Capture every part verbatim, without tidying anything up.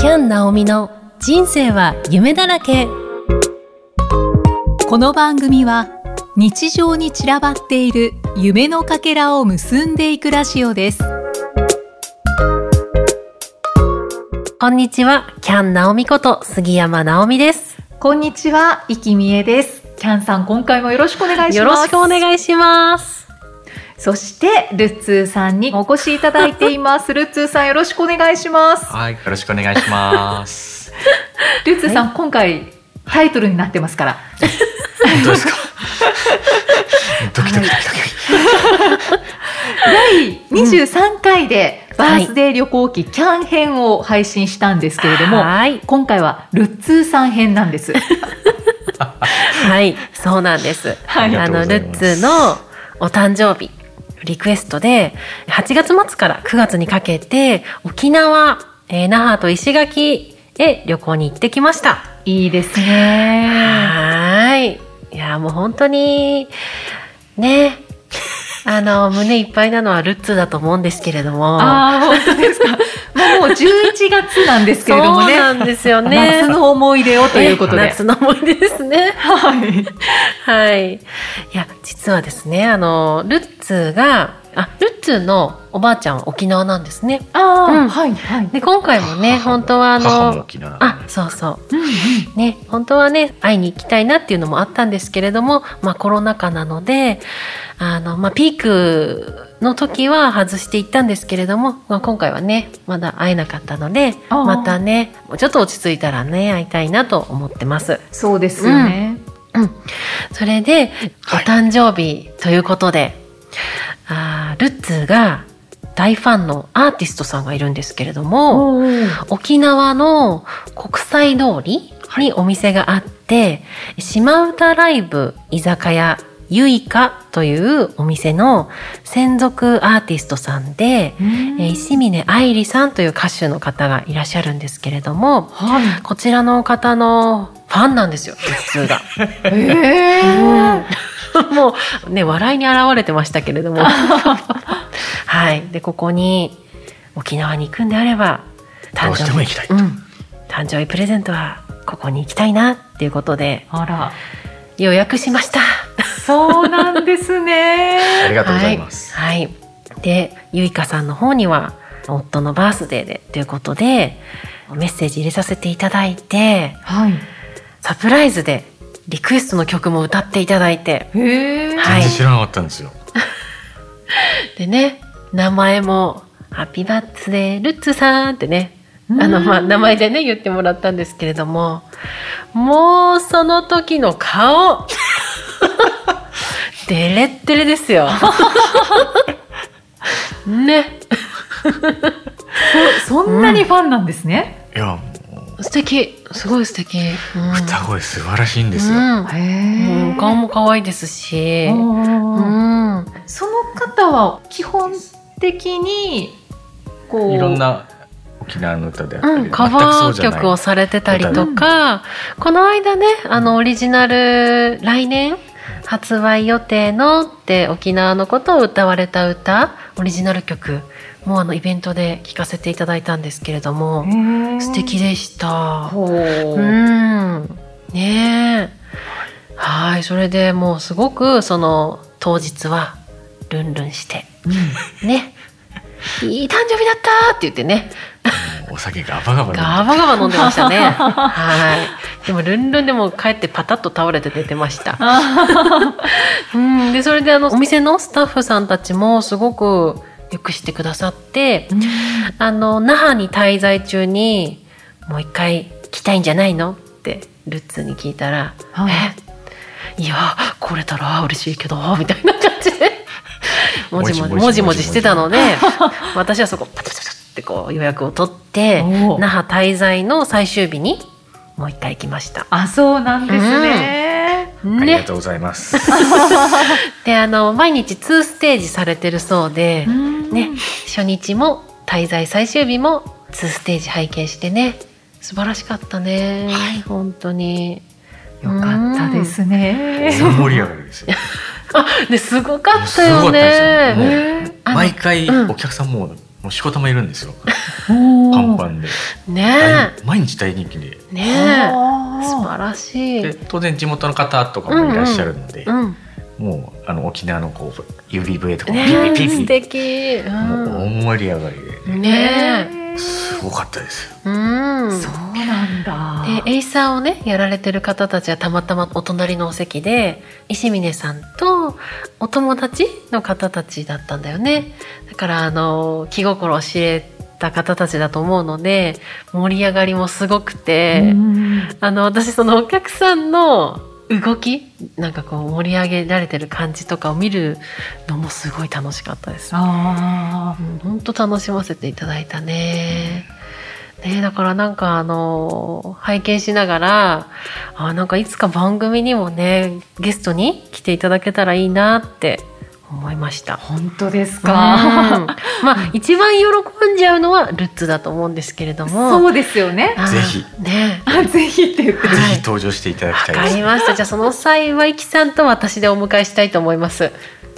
キャン・ナオミの人生は夢だらけ。 この番組は日常に散らばっている夢のかけらを結んでいくラジオです。 こんにちは、キャン・ナオミこと杉山直美です。 こんにちは、生きみえです。キャンさん、今回もよろしくお願いします。 よろしくお願いします。 そしてルッツーさんにお越しいただいています。ルッツーさん、よろしくお願いします。 はい、よろしくお願いしますルッツーさん、はい、今回タイトルになってますから本当ですかドキドキドキドキだいにじゅうさんかいでバースデー旅行記キャン編を配信したんですけれども、はい、今回はルッツーさん編なんですはい、そうなんです、はい、あのルッツーのお誕生日リクエストではちがつ末からくがつにかけて沖縄、えー、那覇と石垣へ旅行に行ってきました。 いいですね。 はい、いやもう本当にねあの胸いっぱいなのはルッツーだと思うんですけれども。 ああ、本当ですか。もうじゅういちがつなんですけれどもね。 そうなんですよね。 夏の思い出をということで。 夏の思い出ですね。 はい。 はい。いや、実はですね、あのルッツーが、あ、ルッツーのおばあちゃんは沖縄なんですね。 ああ、 うん、 はいはい。 で今回もね、本当はあの、 母も沖縄、 あ、そうそう。 うんうん、 ね、本当はね、会いに行きたいなっていうのもあったんですけれども、まあコロナ禍なので、あの、まあピークの時は外していったんですけれども、まあ、今回はねまだ会えなかったので、またねもうちょっと落ち着いたらね会いたいなと思ってます。 そうですよね、 うんうん、それで、はい、お誕生日ということで、あルッツーが大ファンのアーティストさんがいるんですけれども、沖縄の国際通りにお店があって、はい、島唄ライブ居酒屋ゆいかというお店の専属アーティストさんで、んえ石峰愛理さんという歌手の方がいらっしゃるんですけれども、はい、こちらの方のファンなんですよ、ルッツーが。 へー、 うん、もうね笑いに現れてましたけれどもはい、でここに沖縄に行くんであればどうしても行きたいと、 うん、誕生日プレゼントはここに行きたいなっていうことで、 あら予約しました。 そうなんですね。 ありがとうございます。 はい、はい、でゆいかさんの方には夫のバースデーでということでメッセージ入れさせていただいて、 はい、 サプライズでリクエストの曲も歌っていただいて、 へー、 はい、 全然知らなかったんですよ。 でね、名前もハッピーバースデールッツーさんってね、あのまあ名前でね言ってもらったんですけれども、もうその時の顔デレッデレですよねそ, そんなにファンなんですね、 うん、いや素敵、すごい素敵、うん、 歌声素晴らしいんですよ、 うん、へー、顔も可愛いですし、うん、 その方は基本的にこういろんな沖縄の歌であったり、 うん、カバー曲をされてたりとか、うん、この間ねあのオリジナル来年発売予定のって沖縄のことを歌われた歌、オリジナル曲もうあのイベントで聴かせていただいたんですけれども素敵でした。うんねえ、はい、それでもうすごくその当日はルンルンして、うん、ねいい誕生日だったって言ってねお酒ガバガバガバガバ飲んでましたねはい、でもルンルンでも帰ってパタッと倒れて寝てましたうん、でそれであのお店のスタッフさんたちもすごくよくしてくださって、うん、あの那覇に滞在中にもう一回来たいんじゃないのってルッツーに聞いたら、はい、えいや来れたら嬉しいけどみたいな感じでもじもじもじもじしてたので私はそこパタパタパタってこう予約を取って那覇滞在の最終日にもう一回行きました。 あ、そうなんですね、 うん、ね、ありがとうございますであの毎日にステージされてるそうで、ね、初日も滞在最終日もにステージ拝見してね素晴らしかったね、はい、本当によかったですね。 大盛り上がりですよあですごかったよね。 毎回お客さんも、うん、もうしこたまいるんですよパンパンで、 ね、 毎日大人気で、 ねえ素晴らしい。 で当然地元の方とかもいらっしゃるので、 うんうんうん、 もうあの沖縄のこう指笛とかねピピピピ、 素敵、うん、 もう大盛り上がりで、ね、 ねすごかったです。 うん、 そうなんだ。 でエイサーをねやられてる方たちはたまたまお隣のお席で石峰さんとお友達の方たちだったんだよね。だからあの気心を知れた方たちだと思うので盛り上がりもすごくて、あの私そのお客さんの動きなんかこう盛り上げられてる感じとかを見るのもすごい楽しかったです。あ、うん、本当楽しませていただいたね。ね、だからなんかあの拝見しながらあなんかいつか番組にもねゲストに来ていただけたらいいなって思いました。 本当ですか、 うん、まあ一番喜んじゃうのはルッツだと思うんですけれども。 そうですよね。 ぜひねぜひって言ってる、 ぜひ登場していただきたいです。 わかりました。じゃあその際はイキさんと私でお迎えしたいと思います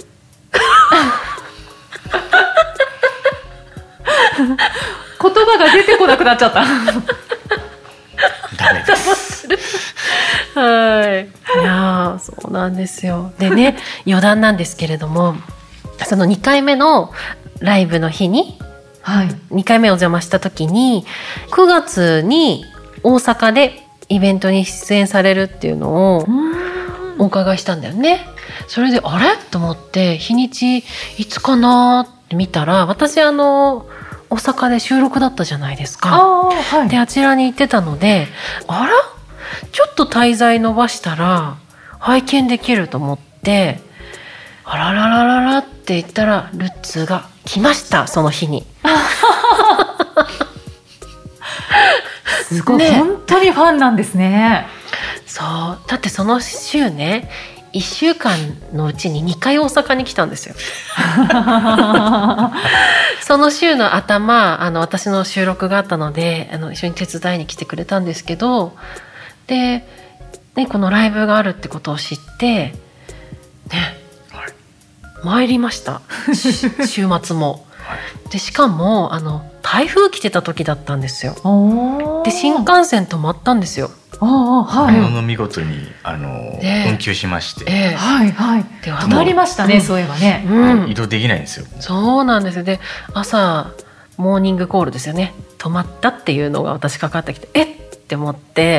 言葉が出てこなくなっちゃったダメですはいいやそうなんですよ。でね余談なんですけれどもそのにかいめのライブの日に、はい、にかいめお邪魔した時にくがつに大阪でイベントに出演されるっていうのをお伺いしたんだよね。それであれと思って日にちいつかなって見たら私あの大阪で収録だったじゃないですか。あ、はい、であちらに行ってたのであらちょっと滞在伸ばしたら拝見できると思ってあらららららって言ったらルッツーが来ました。その日にすごい、ね、本当にファンなんですね。 そうだってその週ねいっしゅうかんのうちににかい大阪に来たんですよその週の頭あの私の収録があったのであの一緒に手伝いに来てくれたんですけどで、ね、このライブがあるってことを知ってね、はい、参りました週末もでしかもあの台風来てた時だったんですよ。で新幹線止まったんですよ。 ああ、はい、 ものの見事にあの、ね、運休しまして、 えー、はいはいで止まりましたね、うん、そういえばね、 うん、移動できないんですよ。 そうなんですよ。で朝モーニングコールですよね。止まったっていうのが私かかってきてえっって思って、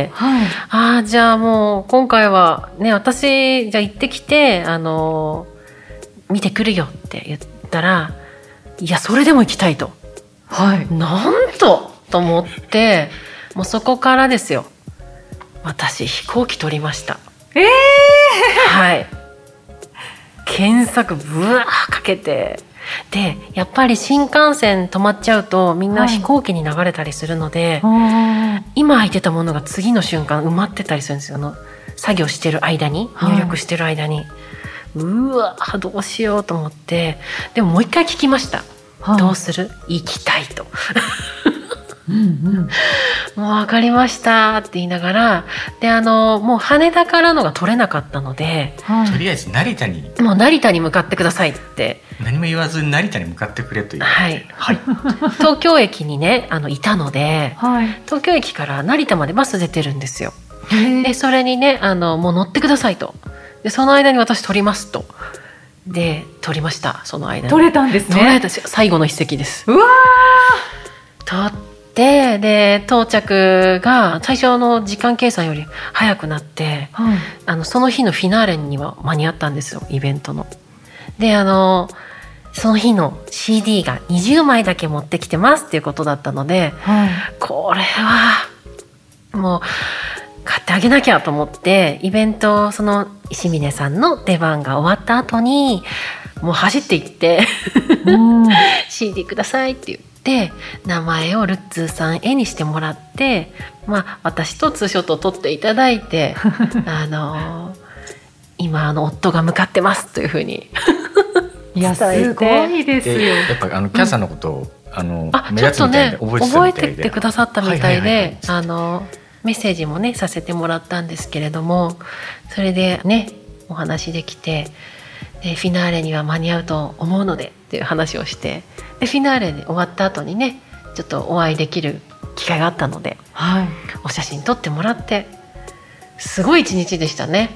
はい、ああじゃあもう今回はね私じゃあ行ってきてあの見てくるよって言ったらいやそれでも行きたいと、はい、なんとと思ってもうそこからですよ私飛行機取りました。 えー、 はい検索ブワーかけてでやっぱり新幹線止まっちゃうとみんな飛行機に流れたりするので、はい、今空いてたものが次の瞬間埋まってたりするんですよ。あの作業してる間に入力してる間に、はい、うわどうしようと思ってでももう一回聞きました、はい、どうする行きたいとうん、うん、もう分かりましたって言いながらであのもう羽田からのが取れなかったので、 はい、とりあえず成田にもう成田に向かってくださいって何も言わずに成田に向かってくれという、 はいはい、東京駅にねあのいたので、はい、東京駅から成田までバス出てるんですよ。でそれにねあのもう乗ってくださいとでその間に私取りますとで取りました。その間に取れたんですね。 取れた最後の一席です。 うわ取ってで到着が最初の時間計算より早くなって、はい、あのその日のフィナーレには間に合ったんですよイベントの。であのその日の シーディー がにじゅうまいだけ持ってきてますっていうことだったので、はい、これはもう買ってあげなきゃと思ってイベントその石峰さんの出番が終わった後にもう走って行ってシーディー くださいって言ってで名前をルッツーさん絵にしてもらって、まあ、私とツーショットを撮っていただいてあの今あの夫が向かってますというふうにいやすごいですよ。 やっぱあのキャサのことを、うん、あのあ目立つみたいで覚えてたみたいで覚えててくださったみたいであのメッセージもねさせてもらったんですけれどもそれでねお話できてでフィナーレには間に合うと思うのでっていう話をしてでフィナーレで終わった後にねちょっとお会いできる機会があったので、 はい、 お写真撮ってもらって、すごい一日でしたね。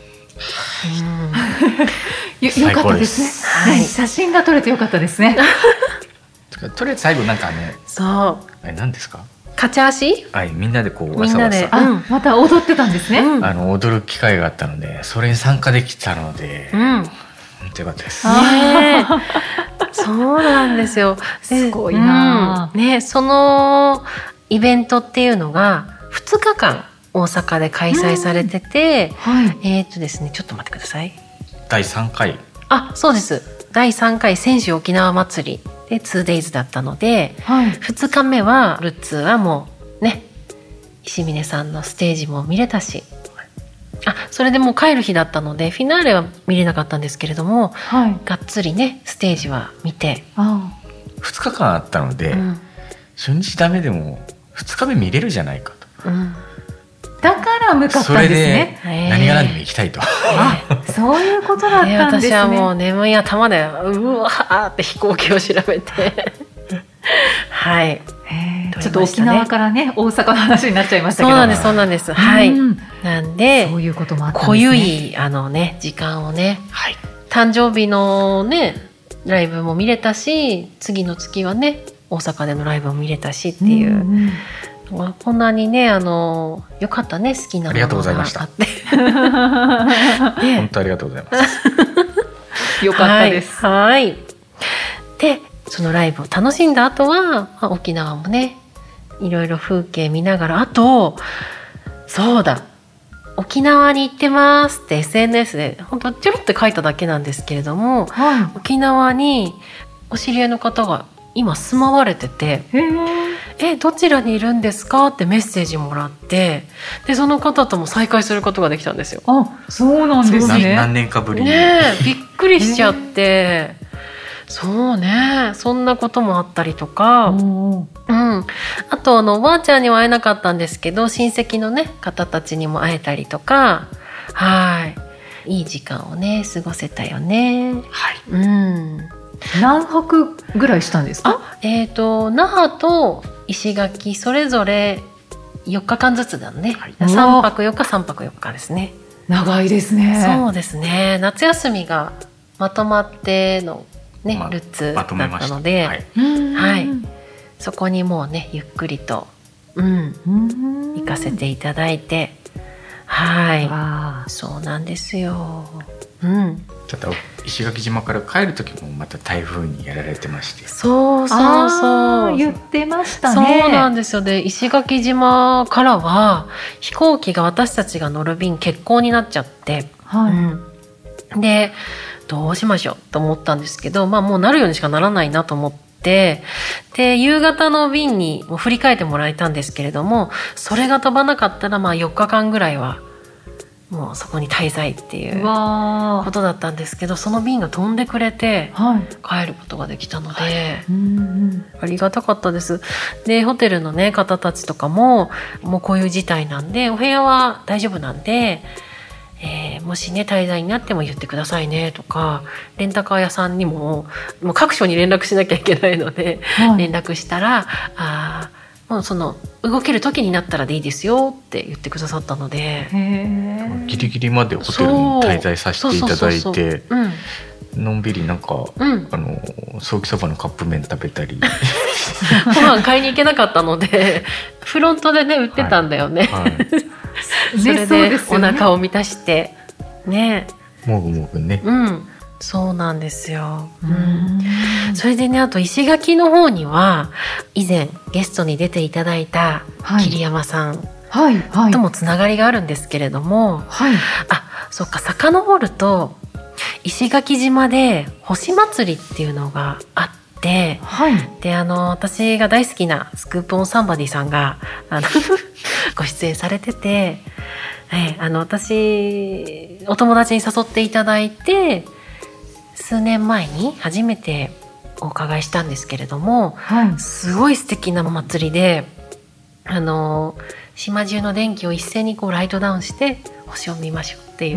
うん、よ, よかったですね、はい、写真が撮れてよかったですね。 とりあえず最後なんかね、 そうあれ何ですか、 勝ち足、 はい、みんなでこうわみんなで、 さわさ、 あ、うん、また踊ってたんですね、 うん、 あの踊る機会があったので、それに参加できたので、 うん、 本当よかったです。 ね、そうなんですよ。 すごいな、 うん、ね、そのイベントっていうのがふつかかん大阪で開催されてて、 うん、はい、 えっとですね、ちょっと待ってください。 だいさんかい、 あ、そうです。だいさんかい千秋沖縄祭りで ツーデイズ だったので、 はい、 ふつかめはルッツはもうね、石峰さんのステージも見れたし、あ、それでもう帰る日だったのでフィナーレは見れなかったんですけれども、 はい、 がっつりねステージは見て、 あふつかかんあったので、 うん、 初日ダメでもふつかめ見れるじゃないかと、 うん、 だから向かったんですね。 それで何が何でも行きたいと、 あ、そういうことだったんですね。 私はもう眠い頭でうわーって飛行機を調べてはい、 ちょっと沖縄からね大阪の話になっちゃいましたけど、 そうなんですそうなんです、はい、うん、なんでそういうこともあったんですね。 濃ゆいあのね時間をね、はい、誕生日のねライブも見れたし、次の月はね大阪でのライブも見れたしっていう、うんうん、こんなにねあのよかったね、好きなものがあって、ありがとうございました本当ありがとうございますよかったです。 はい、はい、でそのライブを楽しんだ後は、まあ、沖縄もねいろいろ風景見ながら、あとそうだ沖縄に行ってますって エスエヌエス で本当ちょろって書いただけなんですけれども、はい、沖縄にお知り合いの方が今住まわれてて、えどちらにいるんですかってメッセージもらって、でその方とも再会することができたんですよ。 あ、そうなんですね。 何年かぶりに、 ね、びっくりしちゃって、そうね、そんなこともあったりとか、うん、あとあのおばあちゃんには会えなかったんですけど親戚の、ね、方たちにも会えたりとか、はいいい時間をね過ごせたよね、はい、うん、 何泊ぐらいしたんですか？ あ、えーと、那覇と石垣それぞれよっかかんずつだね、はい、さんぱくよっかさんぱくよっかですね。 長いですね。 そうですね、夏休みがまとまってのね、ま、ルッツだったので、はい、はい、そこにもうねゆっくりと、うん、行かせていただいて、はい、そうなんですよ、うん、 ちょっと石垣島から帰る時もまた台風にやられてまして、 そうそうそう言ってましたね。 そうなんですよ。で石垣島からは飛行機が私たちが乗る便欠航になっちゃって、はい、うん、でどうしましょうと思ったんですけど、まあもうなるようにしかならないなと思って、で夕方の便にもう振り替えてもらえたんですけれども、それが飛ばなかったらまあよっかかんぐらいはもうそこに滞在っていうことだったんですけど、その便が飛んでくれて帰ることができたので、はい、うんうん、ありがたかったです。でホテルの、ね、方たちとかももうこういう事態なんでお部屋は大丈夫なんで、えー、もしね滞在になっても言ってくださいねとか、レンタカー屋さんにももう各所に連絡しなきゃいけないので、はい、連絡したらあもうその動ける時になったらでいいですよって言ってくださったので、 へギリギリまでホテルに滞在させていただいて、のんびりなんか、うん、あのソーキそばのカップ麺食べたりご飯買いに行けなかったのでフロントでね売ってたんだよね、はいはいそれでお腹を満たしてね、 もぐもぐね、 うん、そうなんですよ、うん、それでねあと石垣の方には以前ゲストに出ていただいた桐山さんともつながりがあるんですけれども、はいはい、あ、そっか、遡ると石垣島で星祭りっていうのがあって、はい、であの私が大好きなスクープオンサンバディさんがあのご出演されてて、えあの私お友達に誘っていただいて数年前に初めてお伺いしたんですけれども、はい、すごい素敵なお祭りで、あの島中の電気を一斉にこうライトダウンして星を見ましょうっていう、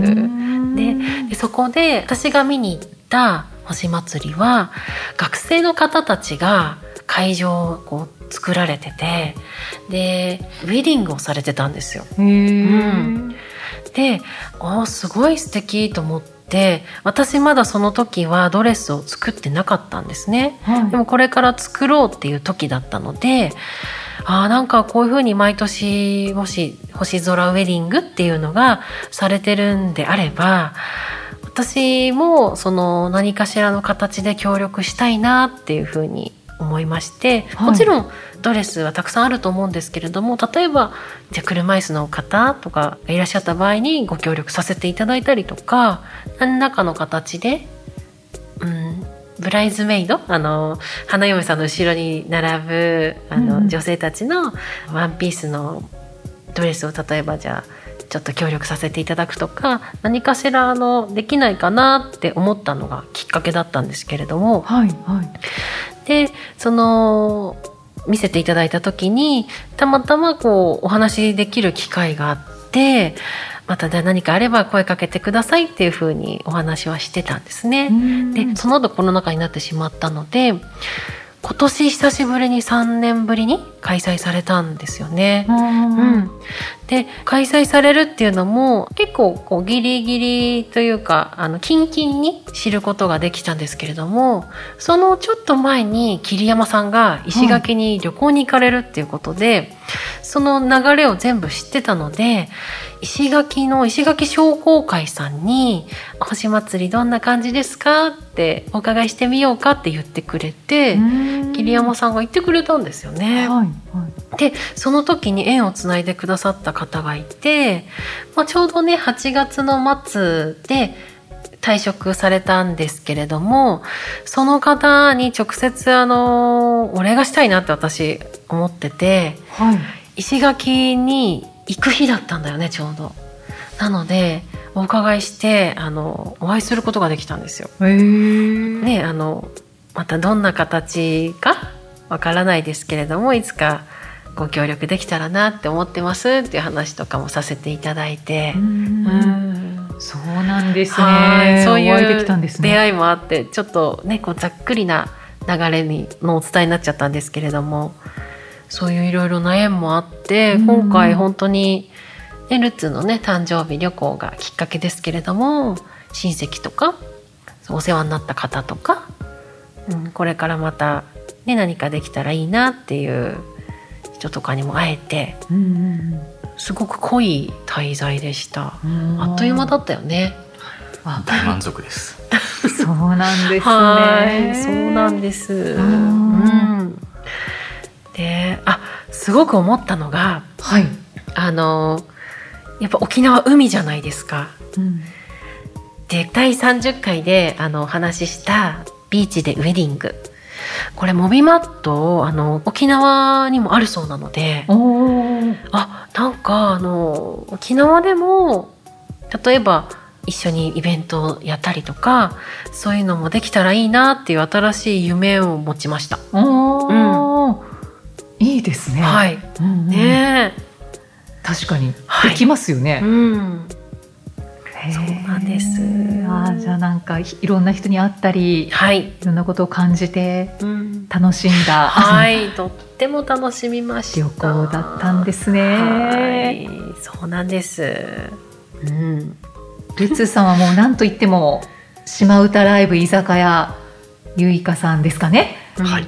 で、でそこで私が見に行った星祭りは学生の方たちが会場をこう作られてて、でウェディングをされてたんですよ。 へー、うん、 で、おすごい素敵と思って、私まだその時はドレスを作ってなかったんですね、はい、でもこれから作ろうっていう時だったので、あなんかこういう風に毎年もし星空ウェディングっていうのがされてるんであれば、私もその何かしらの形で協力したいなっていう風に思いまして、はい、もちろんドレスはたくさんあると思うんですけれども、例えばじゃあ車椅子の方とかがいらっしゃった場合にご協力させていただいたりとか、何らかの形で、うん、ブライズメイド、あの花嫁さんの後ろに並ぶあの、うん、女性たちのワンピースのドレスを例えばじゃあちょっと協力させていただくとか、何かしらあのできないかなって思ったのがきっかけだったんですけれども、 はいはい、 でその見せていただいた時にたまたまこうお話しできる機会があって、また何かあれば声かけてくださいっていうふうにお話はしてたんですね。でその後コロナ禍になってしまったので、今年久しぶりにさんねんぶりに開催されたんですよね。うん、で開催されるっていうのも結構こうギリギリというか、あのキンキンに知ることができたんですけれども、そのちょっと前に桐山さんが石垣に旅行に行かれるっていうことで、はい、その流れを全部知ってたので、石垣の石垣商工会さんに星祭りどんな感じですかってお伺いしてみようかって言ってくれて、桐山さんが言ってくれたんですよね。はいはい、でその時に縁をつないでくださった方がいて、まあ、ちょうどねはちがつの末で退職されたんですけれども、その方に直接あのお礼がしたいなって私思ってて、はい、石垣に行く日だったんだよねちょうど。なのでお伺いしてあのお会いすることができたんですよ。へー、ね、あのまたどんな形かわからないですけれども、いつかご協力できたらなって思ってますっていう話とかもさせていただいて、うんうんそうなんですね。 そういう出会いもあって、ちょっとねこうざっくりな流れにのお伝えになっちゃったんですけれども、そういういろいろな縁もあって、今回本当に、ね、ルッツのね誕生日旅行がきっかけですけれども、親戚とかお世話になった方とか、うん、これからまた、ね、何かできたらいいなっていう人とかにも会えて、うんうん、すごく濃い滞在でした。あっという間だったよね。 大満足です。 そうなんですね。 はい、そうなんです。うん、で、あ、すごく思ったのが、はい、あのやっぱ沖縄海じゃないですか。うん、でだいさんじゅっかいであのお話ししたビーチでウェディング、これモビマットあの沖縄にもあるそうなので、あ、なんかあの沖縄でも例えば一緒にイベントをやったりとか、そういうのもできたらいいなっていう新しい夢を持ちました。 うん、いいですね。 はい、うんうん、ね、 確かにできますよね。はい、うん、 そうなんです。 あ、じゃあなんかいろんな人に会ったり、はい、いろんなことを感じて楽しんだ、うん、 はい、とっても楽しみました。 旅行だったんですね。 はい、そうなんです。うん、 ルッツーさんはもう何と言っても島唄ライブ居酒屋ゆいかさんですかね。 はい。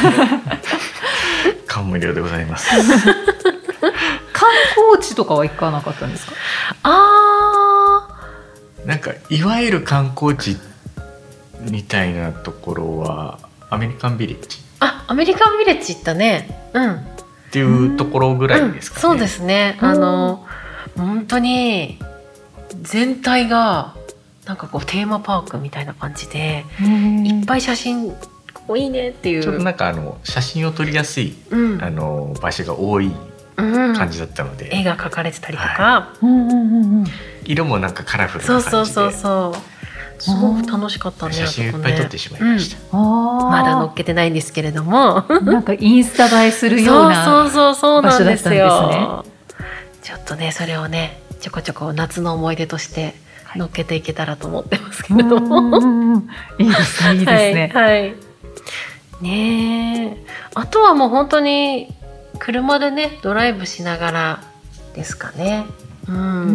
感無量でございます。 観光地とかは行かなかったんですか？ あー、なんかいわゆる観光地みたいなところはアメリカンビレッジ。 あ、アメリカンビレッジ行ったね。うん。 っていうところぐらいですかね。 うん、そうですね。あの本当に全体がなんかこうテーマパークみたいな感じで、いっぱい写真ここいいねっていう。 ちょっとなんかあの写真を撮りやすい、うん、あの場所が多い感じだったので、 うん、絵が描かれてたりとか、はい、 色もなんかカラフルな感じで、 そうそうそうそう、すごく楽しかったね。 写真いっぱい撮ってしまいました。 うん、あまだ載っけてないんですけれども、 なんかインスタ映えするような場所だったんですね。 ちょっとねそれをねちょこちょこ夏の思い出として載っけていけたらと思ってますけれども、 いいですね、いいですね。 はいはい、 ねえ、あとはもう本当に車でねドライブしながらですかね。うん、うんうん、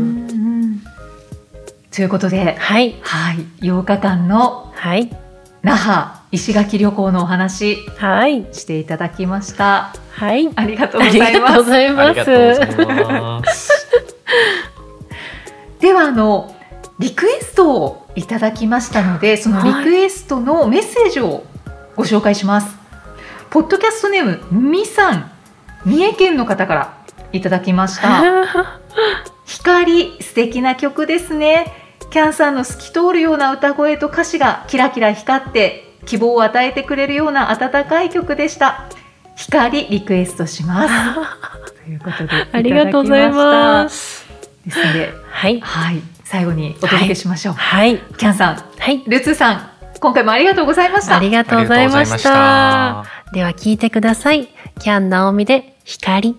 ということで、 はい、 はい、ようかかんの那覇石垣旅行のお話、はい、していただきました。 はい、 ありがとうございます。 ありがとうございます。ありがとうございます。 ではあのリクエストをいただきましたので、そのリクエストのメッセージをご紹介します。はい、ポッドキャストネームみさん、三重県の方からいただきました。光、素敵な曲ですね。キャンさんの透き通るような歌声と歌詞がキラキラ光って希望を与えてくれるような温かい曲でした。光リクエストしますということでいただきました。 ありがとうございます。 ですので、はい、はい、最後にお届けしましょう。 はい、 キャンさん、はい、ルツーさん、今回もありがとうございました。 ありがとうございました。では聞いてください。キャンナオミで光。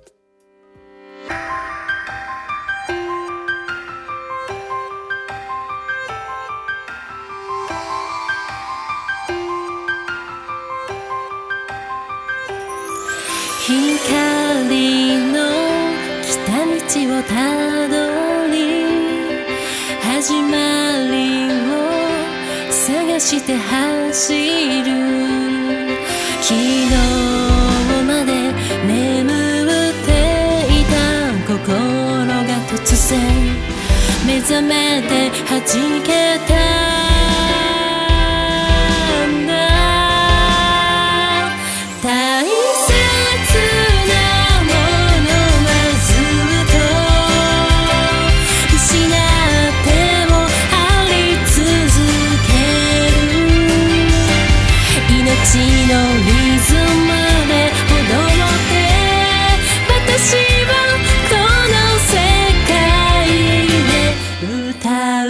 光の来た道をたどり、始まりを探して走る。昨日まで眠っていた心が突然目覚めて弾けたんだ。大切なものはずっと失ってもあり続ける。命のリズムで踊って私はこの世界で歌う。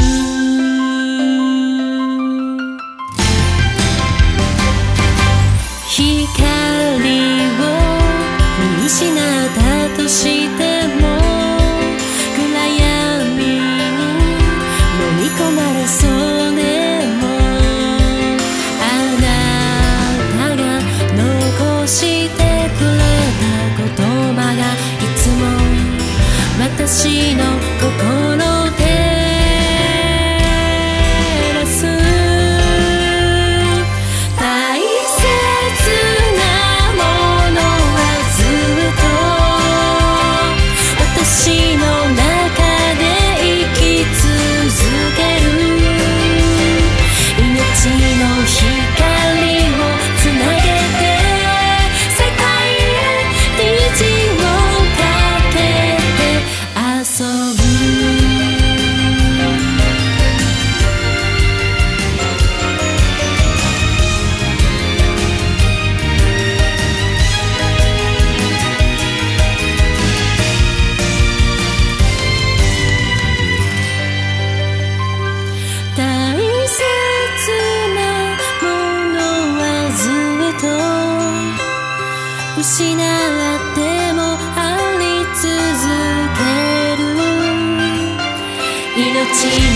光を見失ったとしても暗闇に飲み込まれそうでも、あなたが残してくれた言葉がいつも私の心で失ってもあり続ける。命